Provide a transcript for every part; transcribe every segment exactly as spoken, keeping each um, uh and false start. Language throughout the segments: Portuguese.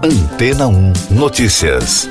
Antena um Notícias.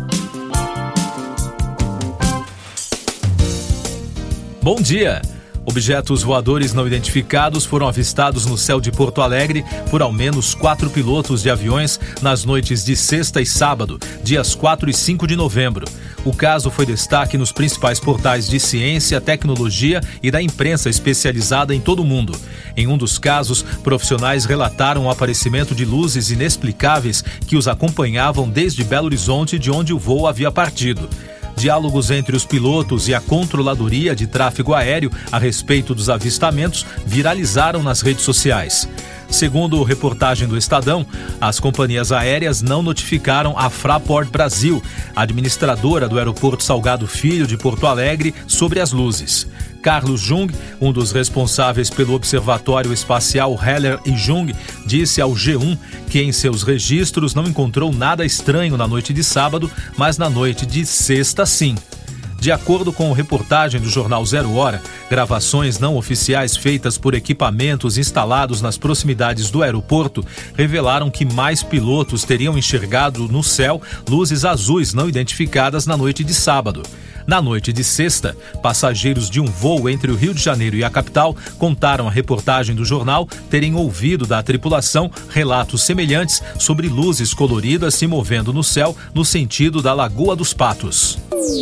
Bom dia! Objetos voadores não identificados foram avistados no céu de Porto Alegre por ao menos quatro pilotos de aviões nas noites de sexta e sábado, dias quatro e cinco de novembro. O caso foi destaque nos principais portais de ciência, tecnologia e da imprensa especializada em todo o mundo. Em um dos casos, profissionais relataram o aparecimento de luzes inexplicáveis que os acompanhavam desde Belo Horizonte, de onde o voo havia partido. Diálogos entre os pilotos e a Controladoria de Tráfego Aéreo a respeito dos avistamentos viralizaram nas redes sociais. Segundo reportagem do Estadão, as companhias aéreas não notificaram a Fraport Brasil, administradora do Aeroporto Salgado Filho de Porto Alegre, sobre as luzes. Carlos Jung, um dos responsáveis pelo Observatório Espacial Heller e Jung, disse ao G um que em seus registros não encontrou nada estranho na noite de sábado, mas na noite de sexta sim. De acordo com reportagem do jornal Zero Hora, gravações não oficiais feitas por equipamentos instalados nas proximidades do aeroporto revelaram que mais pilotos teriam enxergado no céu luzes azuis não identificadas na noite de sábado. Na noite de sexta, passageiros de um voo entre o Rio de Janeiro e a capital contaram à reportagem do jornal terem ouvido da tripulação relatos semelhantes sobre luzes coloridas se movendo no céu no sentido da Lagoa dos Patos.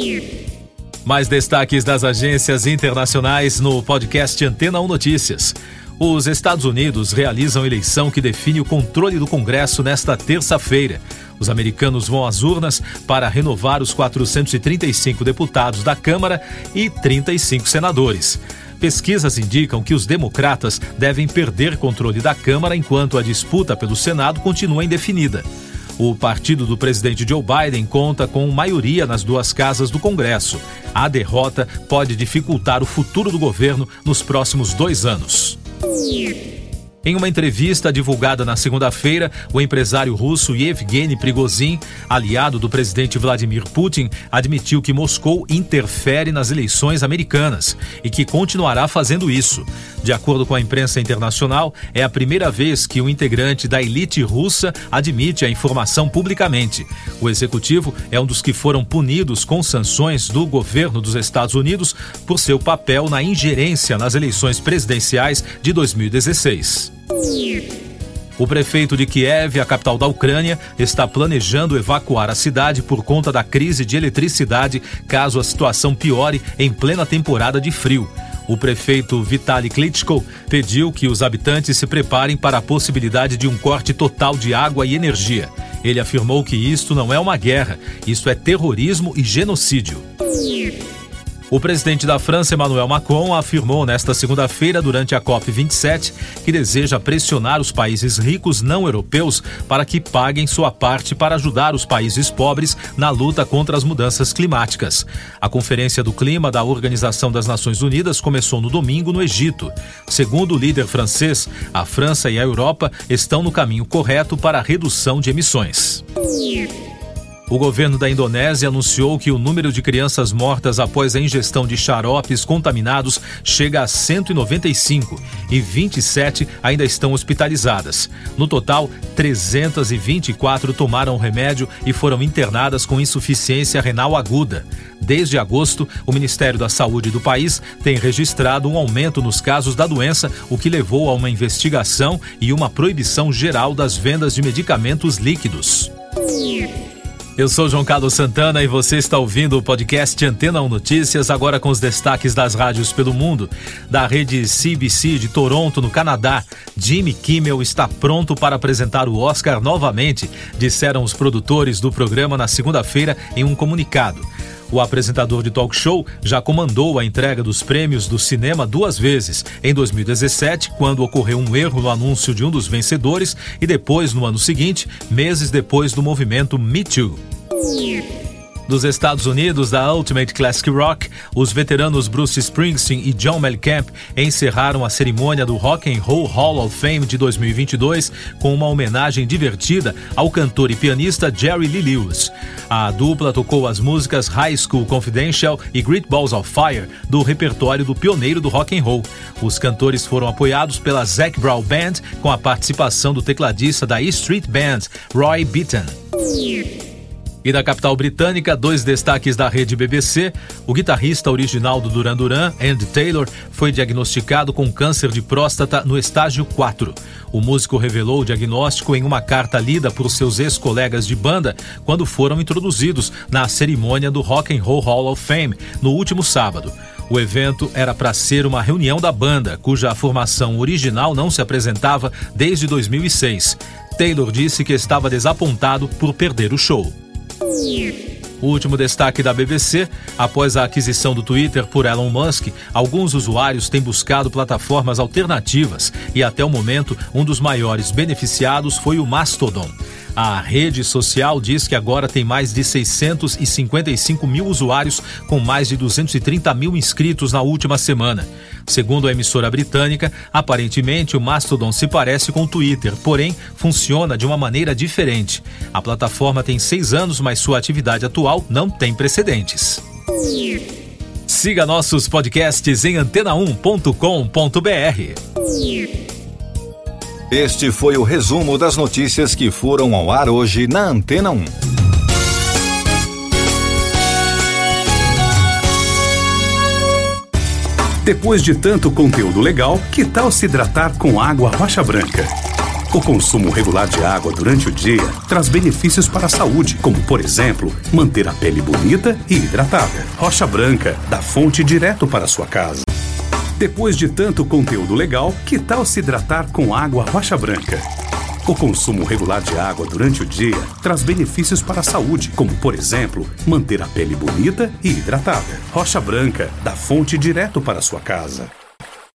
Mais destaques das agências internacionais no podcast Antena um Notícias. Os Estados Unidos realizam eleição que define o controle do Congresso nesta terça-feira. Os americanos vão às urnas para renovar os quatrocentos e trinta e cinco deputados da Câmara e trinta e cinco senadores. Pesquisas indicam que os democratas devem perder controle da Câmara enquanto a disputa pelo Senado continua indefinida. O partido do presidente Joe Biden conta com maioria nas duas casas do Congresso. A derrota pode dificultar o futuro do governo nos próximos dois anos. Em uma entrevista divulgada na segunda-feira, o empresário russo Yevgeny Prigozhin, aliado do presidente Vladimir Putin, admitiu que Moscou interfere nas eleições americanas e que continuará fazendo isso. De acordo com a imprensa internacional, é a primeira vez que um integrante da elite russa admite a informação publicamente. O executivo é um dos que foram punidos com sanções do governo dos Estados Unidos por seu papel na ingerência nas eleições presidenciais de dois mil e dezesseis. O prefeito de Kiev, a capital da Ucrânia, está planejando evacuar a cidade por conta da crise de eletricidade, caso a situação piore em plena temporada de frio. O prefeito Vitaly Klitschko pediu que os habitantes se preparem para a possibilidade de um corte total de água e energia. Ele afirmou que isto não é uma guerra, isso é terrorismo e genocídio. O presidente da França, Emmanuel Macron, afirmou nesta segunda-feira, durante a COP vinte e sete, que deseja pressionar os países ricos não europeus para que paguem sua parte para ajudar os países pobres na luta contra as mudanças climáticas. A Conferência do Clima da Organização das Nações Unidas começou no domingo no Egito. Segundo o líder francês, a França e a Europa estão no caminho correto para a redução de emissões. O governo da Indonésia anunciou que o número de crianças mortas após a ingestão de xaropes contaminados chega a cento e noventa e cinco e vinte e sete ainda estão hospitalizadas. No total, trezentas e vinte e quatro tomaram o remédio e foram internadas com insuficiência renal aguda. Desde agosto, o Ministério da Saúde do país tem registrado um aumento nos casos da doença, o que levou a uma investigação e uma proibição geral das vendas de medicamentos líquidos. Eu sou João Carlos Santana e você está ouvindo o podcast Antena um Notícias, agora com os destaques das rádios pelo mundo. Da rede C B C de Toronto, no Canadá, Jimmy Kimmel está pronto para apresentar o Oscar novamente, disseram os produtores do programa na segunda-feira em um comunicado. O apresentador de talk show já comandou a entrega dos prêmios do cinema duas vezes, em dois mil e dezessete, quando ocorreu um erro no anúncio de um dos vencedores, e depois, no ano seguinte, meses depois do movimento Me Too. Dos Estados Unidos, da Ultimate Classic Rock, os veteranos Bruce Springsteen e John Mellencamp encerraram a cerimônia do Rock and Roll Hall of Fame de dois mil e vinte e dois com uma homenagem divertida ao cantor e pianista Jerry Lee Lewis. A dupla tocou as músicas High School Confidential e Great Balls of Fire do repertório do pioneiro do rock and roll. Os cantores foram apoiados pela Zac Brown Band com a participação do tecladista da E Street Band, Roy Bittan. E da capital britânica, dois destaques da rede B B C. O guitarrista original do Duran Duran, Andy Taylor, foi diagnosticado com câncer de próstata no estágio quatro. O músico revelou o diagnóstico em uma carta lida por seus ex-colegas de banda quando foram introduzidos na cerimônia do Rock and Roll Hall of Fame no último sábado. O evento era para ser uma reunião da banda, cuja formação original não se apresentava desde dois mil e seis. Taylor disse que estava desapontado por perder o show. O último destaque da B B C: após a aquisição do Twitter por Elon Musk, alguns usuários têm buscado plataformas alternativas e até o momento um dos maiores beneficiados foi o Mastodon. A rede social diz que agora tem mais de seiscentos e cinquenta e cinco mil usuários com mais de duzentos e trinta mil inscritos na última semana. Segundo a emissora britânica, aparentemente o Mastodon se parece com o Twitter, porém funciona de uma maneira diferente. A plataforma tem seis anos, mas sua atividade atual não tem precedentes. Siga nossos podcasts em antena um ponto com ponto b r. Este foi o resumo das notícias que foram ao ar hoje na Antena um. Depois de tanto conteúdo legal, que tal se hidratar com água Rocha Branca? O consumo regular de água durante o dia traz benefícios para a saúde, como, por exemplo, manter a pele bonita e hidratada. Rocha Branca, da fonte direto para a sua casa. Depois de tanto conteúdo legal, que tal se hidratar com água Rocha Branca? O consumo regular de água durante o dia traz benefícios para a saúde, como, por exemplo, manter a pele bonita e hidratada. Rocha Branca, da fonte direto para a sua casa.